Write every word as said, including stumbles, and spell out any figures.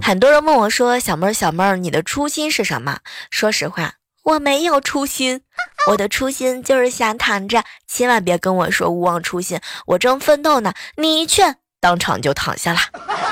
很多人问我说，小妹儿小妹儿你的初心是什么？说实话，我没有初心，我的初心就是想躺着，千万别跟我说勿忘初心，我正奋斗呢，你一劝当场就躺下了。